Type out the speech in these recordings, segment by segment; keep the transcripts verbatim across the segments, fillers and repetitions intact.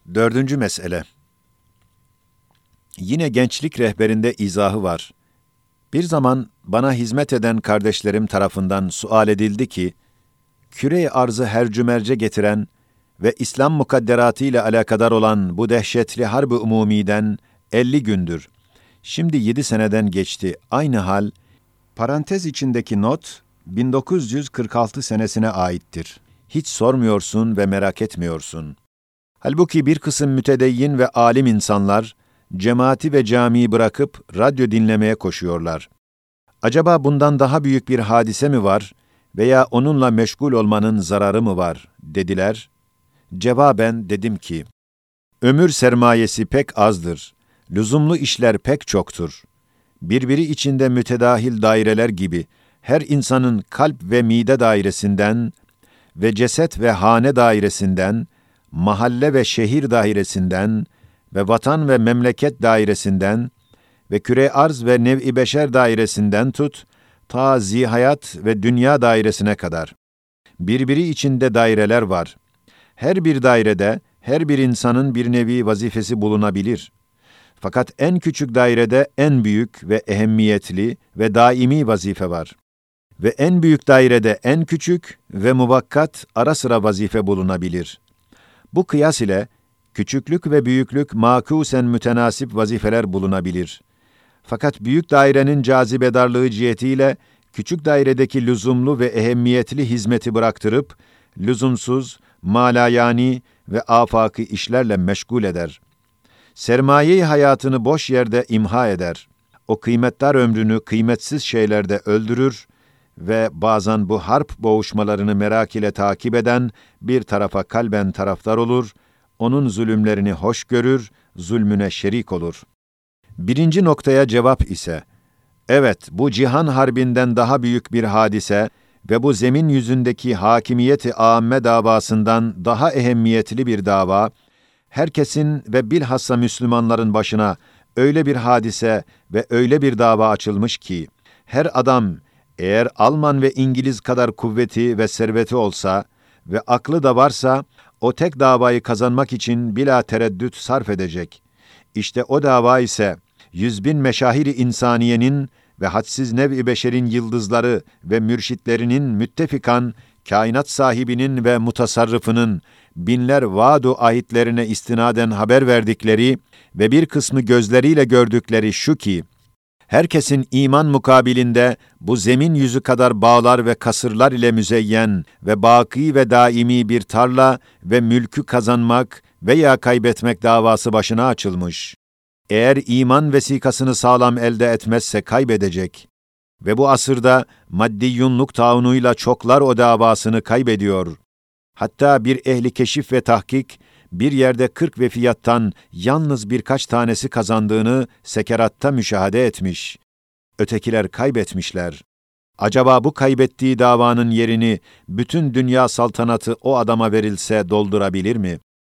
Dördüncü mesele. Yine gençlik rehberinde izahı var. Bir zaman bana hizmet eden kardeşlerim tarafından sual edildi ki, küre-i arzı hercümerce getiren ve İslam mukadderatı ile alakadar olan bu dehşetli harb-ı umumiden elli gündür. Şimdi yedi seneden geçti. Aynı hal, parantez içindeki not, bin dokuz yüz kırk altı senesine aittir. Hiç sormuyorsun ve merak etmiyorsun. Halbuki bir kısım mütedeyyin ve alim insanlar, cemaati ve camiyi bırakıp radyo dinlemeye koşuyorlar. Acaba bundan daha büyük bir hadise mi var veya onunla meşgul olmanın zararı mı var, dediler. Cevaben dedim ki, ömür sermayesi pek azdır, lüzumlu işler pek çoktur. Birbiri içinde mütedahil daireler gibi, her insanın kalp ve mide dairesinden ve ceset ve hane dairesinden, mahalle ve şehir dairesinden ve vatan ve memleket dairesinden ve küre arz ve nev-i beşer dairesinden tut, ta zihayat ve dünya dairesine kadar. Birbiri içinde daireler var. Her bir dairede, her bir insanın bir nevi vazifesi bulunabilir. Fakat en küçük dairede en büyük ve ehemmiyetli ve daimi vazife var. Ve en büyük dairede en küçük ve muvakkat ara sıra vazife bulunabilir. Bu kıyas ile küçüklük ve büyüklük makusen mütenasip vazifeler bulunabilir. Fakat büyük dairenin cazibedarlığı cihetiyle küçük dairedeki lüzumlu ve ehemmiyetli hizmeti bıraktırıp, lüzumsuz, malayani ve afaki işlerle meşgul eder. Sermaye-i hayatını boş yerde imha eder. O kıymetdar ömrünü kıymetsiz şeylerde öldürür ve bazen bu harp boğuşmalarını merak ile takip eden bir tarafa kalben taraftar olur, onun zulümlerini hoş görür, zulmüne şerik olur. Birinci noktaya cevap ise, evet bu cihan harbinden daha büyük bir hadise ve bu zemin yüzündeki hakimiyeti âmme davasından daha ehemmiyetli bir dava, herkesin ve bilhassa Müslümanların başına öyle bir hadise ve öyle bir dava açılmış ki, her adam eğer Alman ve İngiliz kadar kuvveti ve serveti olsa ve aklı da varsa, o tek davayı kazanmak için bila tereddüt sarf edecek. İşte o dava ise, yüz bin meşahiri insaniyenin ve hadsiz nev-i beşerin yıldızları ve mürşitlerinin müttefikan, kainat sahibinin ve mutasarrıfının binler vaadu ahitlerine istinaden haber verdikleri ve bir kısmı gözleriyle gördükleri şu ki, herkesin iman mukabilinde bu zemin yüzü kadar bağlar ve kasırlar ile müzeyyen ve baki ve daimi bir tarla ve mülkü kazanmak veya kaybetmek davası başına açılmış. Eğer iman vesikasını sağlam elde etmezse kaybedecek. Ve bu asırda maddiyunluk taunuyla çoklar o davasını kaybediyor. Hatta bir ehli keşif ve tahkik, bir yerde kırk vefiyattan yalnız birkaç tanesi kazandığını sekeratta müşahede etmiş. Ötekiler kaybetmişler. Acaba bu kaybettiği davanın yerini bütün dünya saltanatı o adama verilse doldurabilir mi?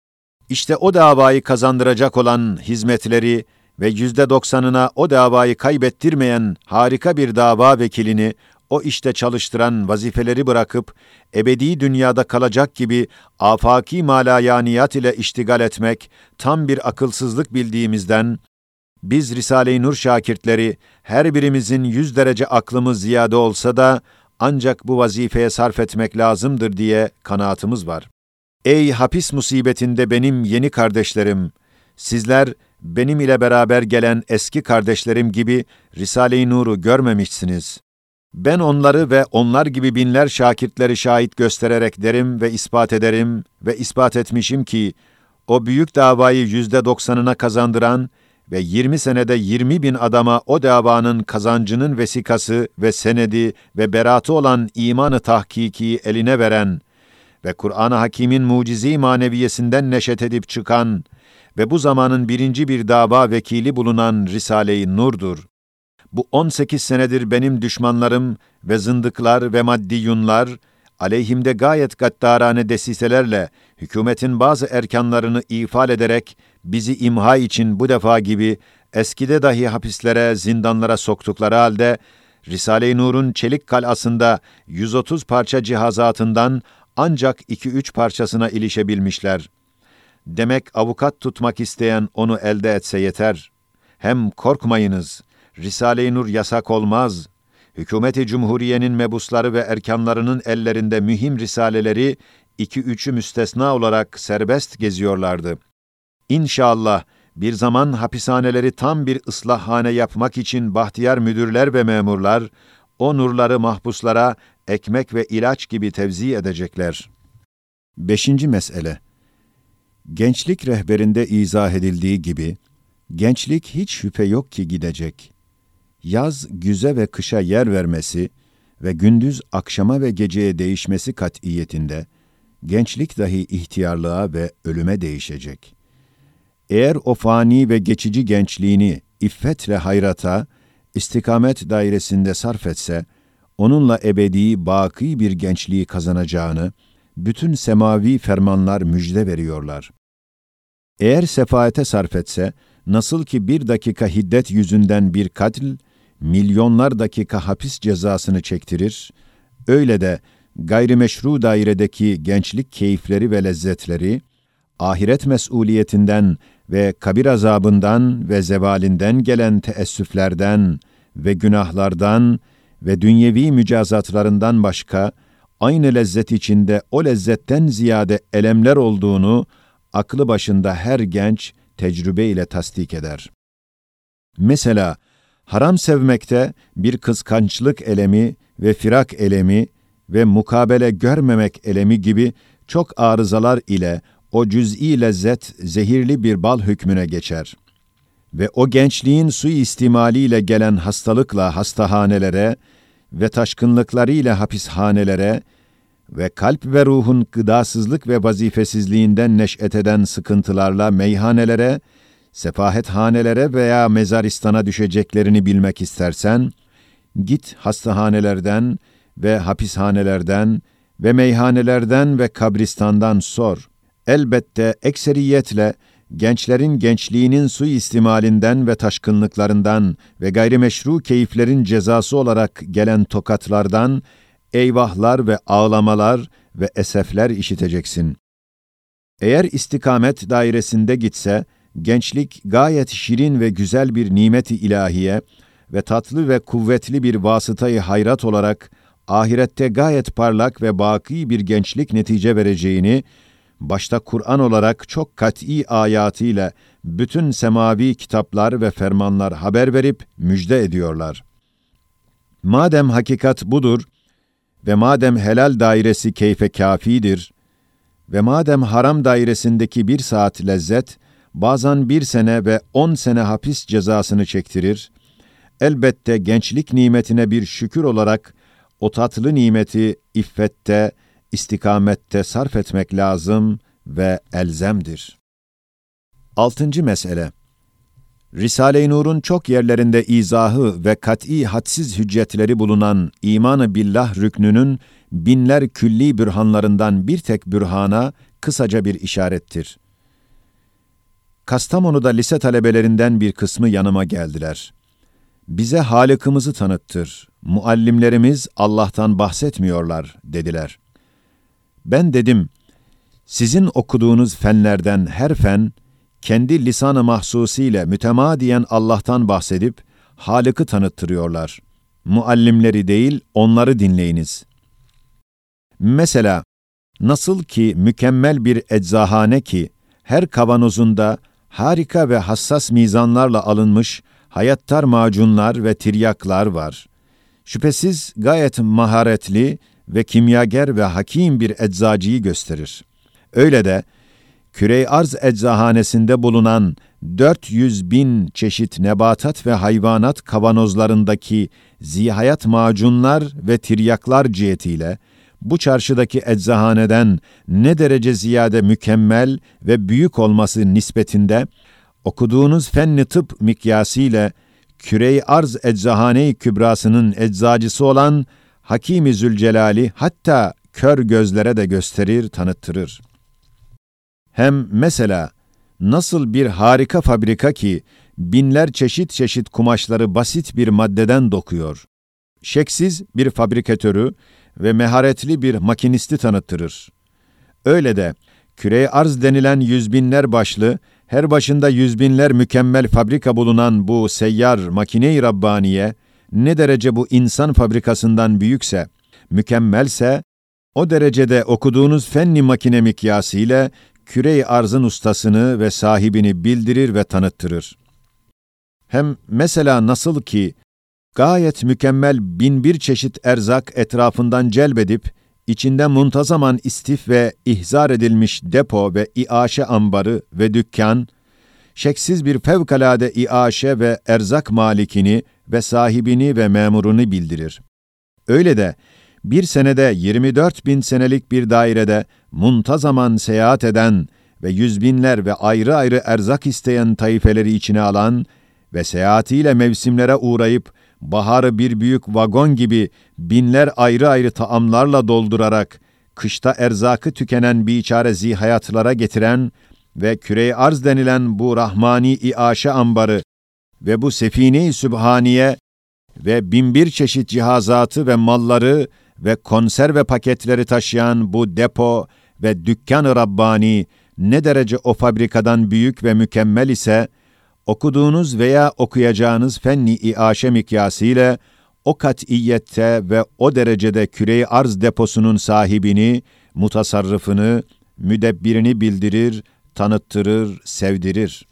İşte o davayı kazandıracak olan hizmetleri ve yüzde doksanına o davayı kaybettirmeyen harika bir dava vekilini o işte çalıştıran vazifeleri bırakıp ebedi dünyada kalacak gibi afaki malayaniyat ile iştigal etmek tam bir akılsızlık bildiğimizden, biz Risale-i Nur şakirtleri her birimizin yüz derece aklımız ziyade olsa da ancak bu vazifeye sarf etmek lazımdır diye kanaatımız var. Ey hapis musibetinde benim yeni kardeşlerim! Sizler benim ile beraber gelen eski kardeşlerim gibi Risale-i Nur'u görmemişsiniz. Ben onları ve onlar gibi binler şakirtleri şahit göstererek derim ve ispat ederim ve ispat etmişim ki, o büyük davayı yüzde doksanına kazandıran ve yirmi senede yirmi bin adama o davanın kazancının vesikası ve senedi ve beratı olan imanı tahkiki eline veren ve Kur'an-ı Hakîm'in mucize-i maneviyesinden neşet edip çıkan ve bu zamanın birinci bir dava vekili bulunan Risale-i Nur'dur. Bu on sekiz senedir benim düşmanlarım ve zındıklar ve maddiyunlar, aleyhimde gayet gaddarane desiselerle hükümetin bazı erkanlarını ifal ederek bizi imha için bu defa gibi eskide dahi hapislere, zindanlara soktukları halde, Risale-i Nur'un çelik kalasında yüz otuz parça cihazatından ancak iki üç parçasına ilişebilmişler. demek avukat tutmak isteyen onu elde etse yeter. Hem korkmayınız, Risale-i Nur yasak olmaz. Hükümeti Cumhuriye'nin mebusları ve erkanlarının ellerinde mühim risaleleri iki üçü müstesna olarak serbest geziyorlardı. İnşallah bir zaman hapishaneleri tam bir ıslahhane yapmak için bahtiyar müdürler ve memurlar, o nurları mahpuslara ekmek ve ilaç gibi tevzi edecekler. Beşinci mesele. Gençlik rehberinde izah edildiği gibi, gençlik hiç şüphe yok ki gidecek. Yaz, güze ve kışa yer vermesi ve gündüz akşama ve geceye değişmesi kat'iyetinde, gençlik dahi ihtiyarlığa ve ölüme değişecek. Eğer o fani ve geçici gençliğini iffetle hayrata, istikamet dairesinde sarf etse, onunla ebedi, baki bir gençliği kazanacağını, bütün semavi fermanlar müjde veriyorlar. Eğer sefaate sarf etse, nasıl ki bir dakika hiddet yüzünden bir katil, milyonlar dakika hapis cezasını çektirir, öyle de gayrimeşru dairedeki gençlik keyifleri ve lezzetleri, ahiret mesuliyetinden ve kabir azabından ve zevalinden gelen teessüflerden ve günahlardan ve dünyevi mücazatlarından başka, aynı lezzet içinde o lezzetten ziyade elemler olduğunu, aklı başında her genç tecrübe ile tasdik eder. Mesela, haram sevmekte bir kıskançlık elemi ve firak elemi ve mukabele görmemek elemi gibi çok arızalar ile o cüz'i lezzet zehirli bir bal hükmüne geçer. Ve o gençliğin suistimaliyle gelen hastalıkla hastahanelere ve taşkınlıklarıyla hapishanelere ve kalp ve ruhun gıdasızlık ve vazifesizliğinden neş'et eden sıkıntılarla meyhanelere, sefahethanelere veya mezaristana düşeceklerini bilmek istersen, git hastahanelerden ve hapishanelerden ve meyhanelerden ve kabristandan sor. Elbette ekseriyetle gençlerin gençliğinin suistimalinden ve taşkınlıklarından ve gayrimeşru keyiflerin cezası olarak gelen tokatlardan eyvahlar ve ağlamalar ve esefler işiteceksin. Eğer istikamet dairesinde gitse, gençlik gayet şirin ve güzel bir nimet-i ilahiye ve tatlı ve kuvvetli bir vasıtayı hayrat olarak ahirette gayet parlak ve baki bir gençlik netice vereceğini, başta Kur'an olarak çok kat'î ayatıyla bütün semavi kitaplar ve fermanlar haber verip müjde ediyorlar. Madem hakikat budur ve madem helal dairesi keyfe kâfidir ve madem haram dairesindeki bir saat lezzet, bazen bir sene ve on sene hapis cezasını çektirir, elbette gençlik nimetine bir şükür olarak o tatlı nimeti iffette, istikamette sarf etmek lazım ve elzemdir. Altıncı mesele. Risale-i Nur'un çok yerlerinde izahı ve kat'î hadsiz hüccetleri bulunan iman-ı billah rüknünün binler külli bürhanlarından bir tek bürhana kısaca bir işarettir. Kastamonu'da lise talebelerinden bir kısmı yanıma geldiler. Bize Halık'ımızı tanıttır, muallimlerimiz Allah'tan bahsetmiyorlar dediler. Ben dedim, sizin okuduğunuz fenlerden her fen, kendi lisan-ı mahsusiyle mütemadiyen Allah'tan bahsedip, Halık'ı tanıttırıyorlar. Muallimleri değil, onları dinleyiniz. Mesela, nasıl ki mükemmel bir eczahane ki, her kavanozunda harika ve hassas mizanlarla alınmış hayattar macunlar ve tiryaklar var. Şüphesiz gayet maharetli ve kimyager ve hakim bir eczacıyı gösterir. Öyle de, Küre-i Arz eczahanesinde bulunan dört yüz bin çeşit nebatat ve hayvanat kavanozlarındaki zihayat macunlar ve tiryaklar cihetiyle, bu çarşıdaki eczahaneden ne derece ziyade mükemmel ve büyük olması nispetinde, okuduğunuz fenni tıp mikyasıyla Küre-i Arz eczahane-i kübrasının eczacısı olan Hakim-i Zülcelal'i hatta kör gözlere de gösterir, tanıttırır. Hem mesela nasıl bir harika fabrika ki binler çeşit çeşit kumaşları basit bir maddeden dokuyor. Şeksiz bir fabrikatörü ve meharetli bir makinisti tanıttırır. Öyle de küre-i arz denilen yüz binler başlı, her başında yüz binler mükemmel fabrika bulunan bu seyyar makine-i Rabbaniye, ne derece bu insan fabrikasından büyükse, mükemmelse, o derecede okuduğunuz fenni makine mikyası ile küre-i arzın ustasını ve sahibini bildirir ve tanıttırır. Hem mesela nasıl ki, gayet mükemmel bin bir çeşit erzak etrafından celbedip, içinde muntazaman istif ve ihzar edilmiş depo ve iaşe ambarı ve dükkan, şeksiz bir fevkalade iaşe ve erzak malikini ve sahibini ve memurunu bildirir. Öyle de, bir senede yirmi dört bin senelik bir dairede muntazaman seyahat eden ve yüz binler ve ayrı ayrı erzak isteyen taifeleri içine alan ve seyahatiyle mevsimlere uğrayıp, baharı bir büyük vagon gibi binler ayrı ayrı taamlarla doldurarak, kışta erzakı tükenen biçare zihayatlara getiren ve küre-i arz denilen bu rahmani iaşe ambarı ve bu sefine-i sübhaniye ve binbir çeşit cihazatı ve malları ve konserve paketleri taşıyan bu depo ve dükkan-ı Rabbani ne derece o fabrikadan büyük ve mükemmel ise, okuduğunuz veya okuyacağınız fenni iaşe mikyası ile o kat'iyette ve o derecede küre-i arz deposunun sahibini, mutasarrıfını, müdebbirini bildirir, tanıttırır, sevdirir.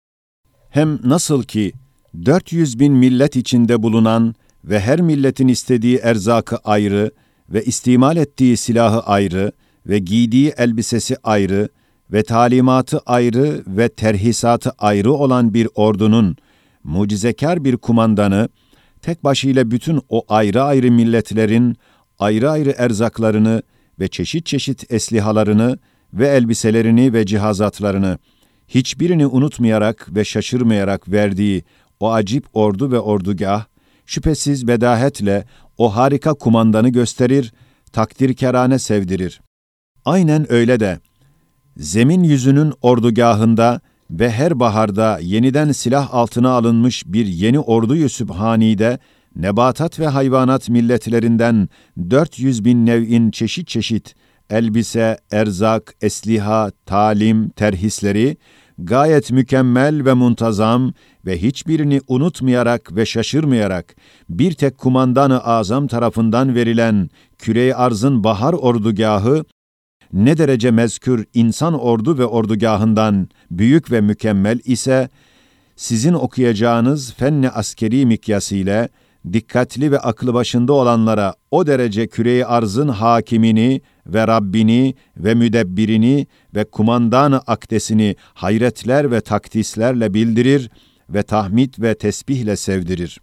Hem nasıl ki dört yüz bin millet içinde bulunan ve her milletin istediği erzakı ayrı ve istimal ettiği silahı ayrı ve giydiği elbisesi ayrı ve talimatı ayrı ve terhisatı ayrı olan bir ordunun mucizekar bir kumandanı, tek başıyla bütün o ayrı ayrı milletlerin ayrı ayrı erzaklarını ve çeşit çeşit eslihalarını ve elbiselerini ve cihazatlarını hiçbirini unutmayarak ve şaşırmayarak verdiği o acip ordu ve ordugah, şüphesiz bedahetle o harika kumandanı gösterir, takdirkerane sevdirir. Aynen öyle de, zemin yüzünün ordugahında ve her baharda yeniden silah altına alınmış bir yeni ordu-yu sübhanide, nebatat ve hayvanat milletlerinden dört yüz bin nev'in çeşit çeşit, elbise, erzak, esliha, talim, terhisleri, gayet mükemmel ve muntazam ve hiçbirini unutmayarak ve şaşırmayarak, bir tek kumandan-ı azam tarafından verilen küre-i arzın bahar ordugahı, ne derece mezkür insan ordu ve ordugahından büyük ve mükemmel ise, sizin okuyacağınız fenni askeri mikyası ile dikkatli ve aklı başında olanlara o derece küre-i arzın hakimini ve Rabbini ve müdebbirini ve kumandan-ı akdesini hayretler ve takdislerle bildirir ve tahmid ve tesbihle sevdirir.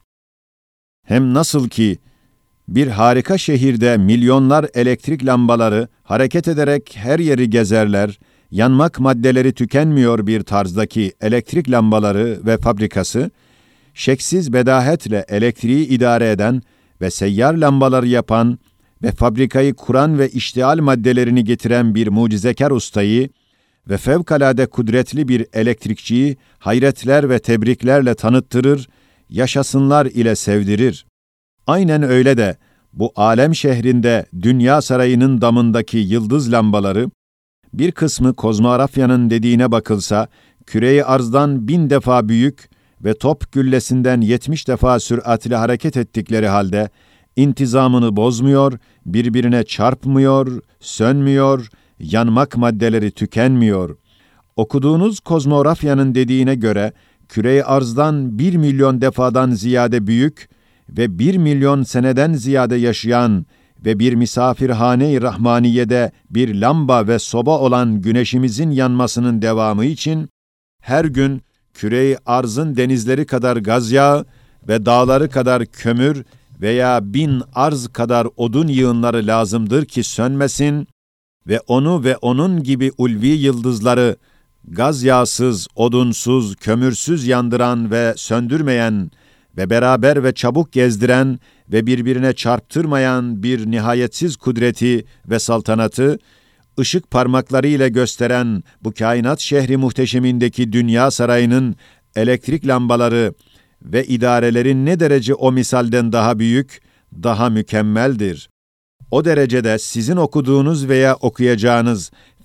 Hem nasıl ki bir harika şehirde milyonlar elektrik lambaları hareket ederek her yeri gezerler, yanmak maddeleri tükenmiyor bir tarzdaki elektrik lambaları ve fabrikası, şeksiz bedahetle elektriği idare eden ve seyyar lambaları yapan ve fabrikayı kuran ve iştihal maddelerini getiren bir mucizekar ustayı ve fevkalade kudretli bir elektrikçiyi hayretler ve tebriklerle tanıttırır, yaşasınlar ile sevdirir. Aynen öyle de bu alem şehrinde Dünya Sarayı'nın damındaki yıldız lambaları, bir kısmı Kozmografya'nın dediğine bakılsa, küre-i arzdan bin defa büyük ve top güllesinden yetmiş defa süratle hareket ettikleri halde, intizamını bozmuyor, birbirine çarpmıyor, sönmüyor, yanmak maddeleri tükenmiyor. Okuduğunuz Kozmografya'nın dediğine göre, küre-i arzdan bir milyon defadan ziyade büyük ve bir milyon seneden ziyade yaşayan ve bir misafirhane-i rahmaniyede bir lamba ve soba olan güneşimizin yanmasının devamı için, her gün küre-i arzın denizleri kadar gaz yağı ve dağları kadar kömür veya bin arz kadar odun yığınları lazımdır ki sönmesin ve onu ve onun gibi ulvi yıldızları gaz yağsız, odunsuz, kömürsüz yandıran ve söndürmeyen ve beraber ve çabuk gezdiren ve birbirine çarptırmayan bir nihayetsiz kudreti ve saltanatı, ışık parmakları ile gösteren bu kainat şehri muhteşemindeki Dünya Sarayı'nın elektrik lambaları ve idarelerin ne derece o misalden daha büyük, daha mükemmeldir. O derecede sizin okuduğunuz veya okuyacağınız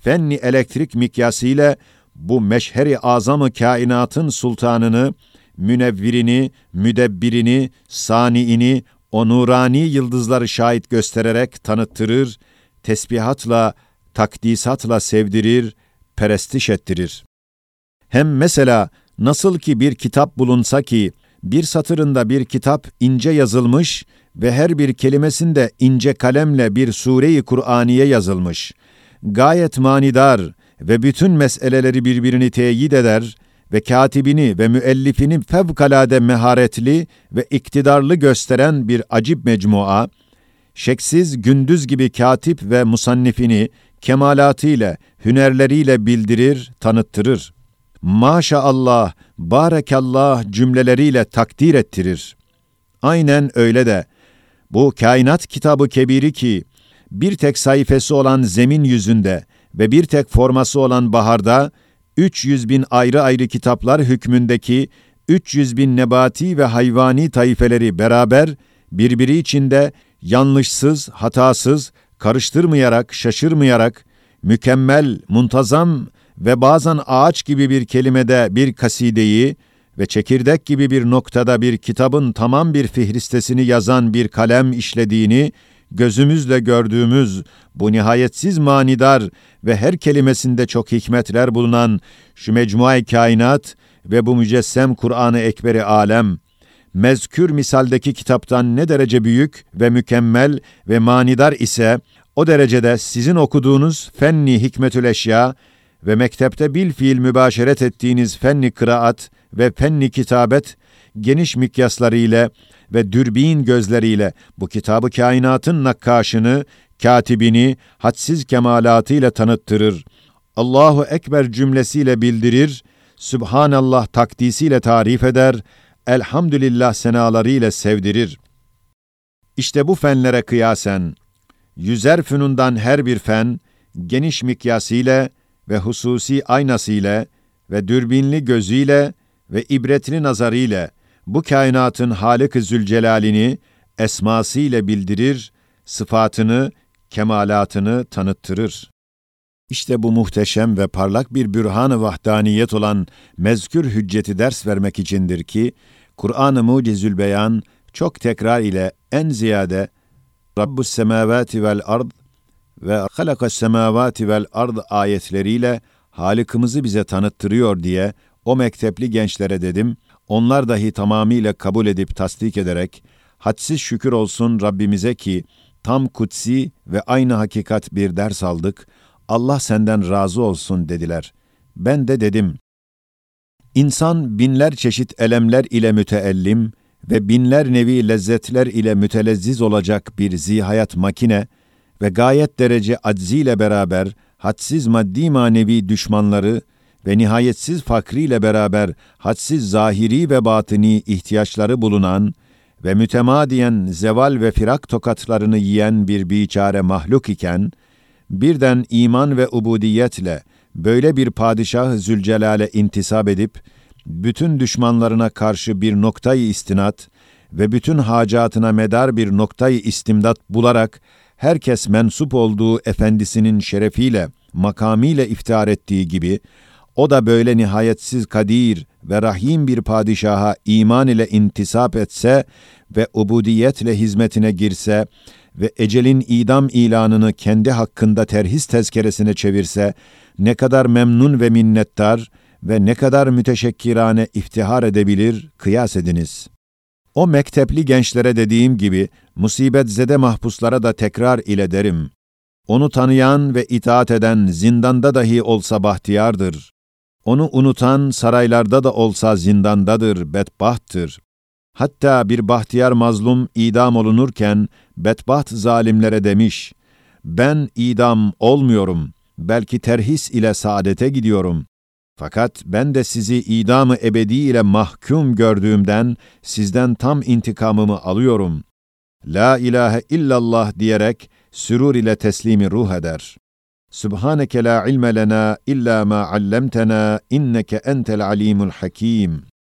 fenni elektrik mikyasıyla bu meşheri azamı kainatın sultanını, münevvirini, müdebbirini, saniini, o nurani yıldızları şahit göstererek tanıttırır, tesbihatla, takdisatla sevdirir, perestiş ettirir. Hem mesela nasıl ki bir kitap bulunsa ki, bir satırında bir kitap ince yazılmış ve her bir kelimesinde ince kalemle bir sure-i Kur'aniye yazılmış, gayet manidar ve bütün meseleleri birbirini teyit eder ve katibini ve müellifini fevkalade meharetli ve iktidarlı gösteren bir acip mecmua, şeksiz gündüz gibi katip ve musannifini kemalatıyla, hünerleriyle bildirir, tanıttırır. Maşallah, barekallah cümleleriyle takdir ettirir. Aynen öyle de, bu kainat kitabı kebiri ki, bir tek sayfası olan zemin yüzünde ve bir tek forması olan baharda, üç yüz bin ayrı ayrı kitaplar hükmündeki üç yüz bin nebati ve hayvani taifeleri beraber, birbiri içinde yanlışsız, hatasız, karıştırmayarak, şaşırmayarak, mükemmel, muntazam ve bazen ağaç gibi bir kelimede bir kasideyi ve çekirdek gibi bir noktada bir kitabın tamam bir fihristesini yazan bir kalem işlediğini, gözümüzle gördüğümüz bu nihayetsiz manidar ve her kelimesinde çok hikmetler bulunan şu mecmua-i kainat ve bu mücessem Kur'an-ı Ekber-i alem, mezkür misaldeki kitaptan ne derece büyük ve mükemmel ve manidar ise, o derecede sizin okuduğunuz fenni hikmetül eşya ve mektepte bil fiil mübaşeret ettiğiniz fenni kıraat ve fenni kitabet, geniş mikyaslarıyla ve dürbin gözleriyle bu kitabı kainatın nakkaşını, katibini hadsiz kemalatıyla tanıttırır. Allahu Ekber cümlesiyle bildirir, Sübhanallah takdisiyle tarif eder, Elhamdülillah senalarıyla sevdirir. İşte bu fenlere kıyasen, yüzer fünundan her bir fen, geniş mikyasıyla ve hususi aynasıyla ve dürbinli gözüyle ve ibretli nazarıyla bu kainatın Hâlık-ı Zülcelal'ini esmasıyla bildirir, sıfatını, kemalatını tanıttırır. İşte bu muhteşem ve parlak bir bürhan-ı vahdaniyet olan mezkür hücceti ders vermek içindir ki, Kur'an-ı Mucizül Beyan çok tekrar ile en ziyade Rabbus semavati vel ard ve halakas semavati vel ard ayetleriyle Halık'ımızı bize tanıttırıyor diye o mektepli gençlere dedim, onlar dahi tamamıyla kabul edip tasdik ederek, hadsiz şükür olsun Rabbimize ki tam kutsi ve aynı hakikat bir ders aldık, Allah senden razı olsun dediler. Ben de dedim, İnsan binler çeşit elemler ile müteellim ve binler nevi lezzetler ile mütelezziz olacak bir zihayat makine ve gayet derece acziyle beraber hadsiz maddi manevi düşmanları ve nihayetsiz fakriyle beraber hadsiz zahiri ve batini ihtiyaçları bulunan ve mütemadiyen zeval ve firak tokatlarını yiyen bir biçare mahluk iken, birden iman ve ubudiyetle böyle bir padişah-ı Zülcelal'e intisap edip, bütün düşmanlarına karşı bir noktayı istinat ve bütün hacatına medar bir noktayı istimdat bularak, herkes mensup olduğu efendisinin şerefiyle, makamiyle iftihar ettiği gibi, o da böyle nihayetsiz kadir ve rahim bir padişaha iman ile intisap etse ve ubudiyetle hizmetine girse ve ecelin idam ilanını kendi hakkında terhis tezkeresine çevirse, ne kadar memnun ve minnettar ve ne kadar müteşekkirane iftihar edebilir, kıyas ediniz. O mektepli gençlere dediğim gibi, musibetzede mahpuslara da tekrar ile derim. Onu tanıyan ve itaat eden zindanda dahi olsa bahtiyardır. Onu unutan saraylarda da olsa zindandadır, bedbahttır. Hatta bir bahtiyar mazlum idam olunurken, bedbaht zalimlere demiş, ben idam olmuyorum, belki terhis ile saadete gidiyorum. Fakat ben de sizi idam-ı ebedi ile mahkum gördüğümden, sizden tam intikamımı alıyorum. La ilahe illallah diyerek, sürur ile teslimi ruh eder. Subhaneke la ilme lena illa ma allamtena inneke entel alimul hakim.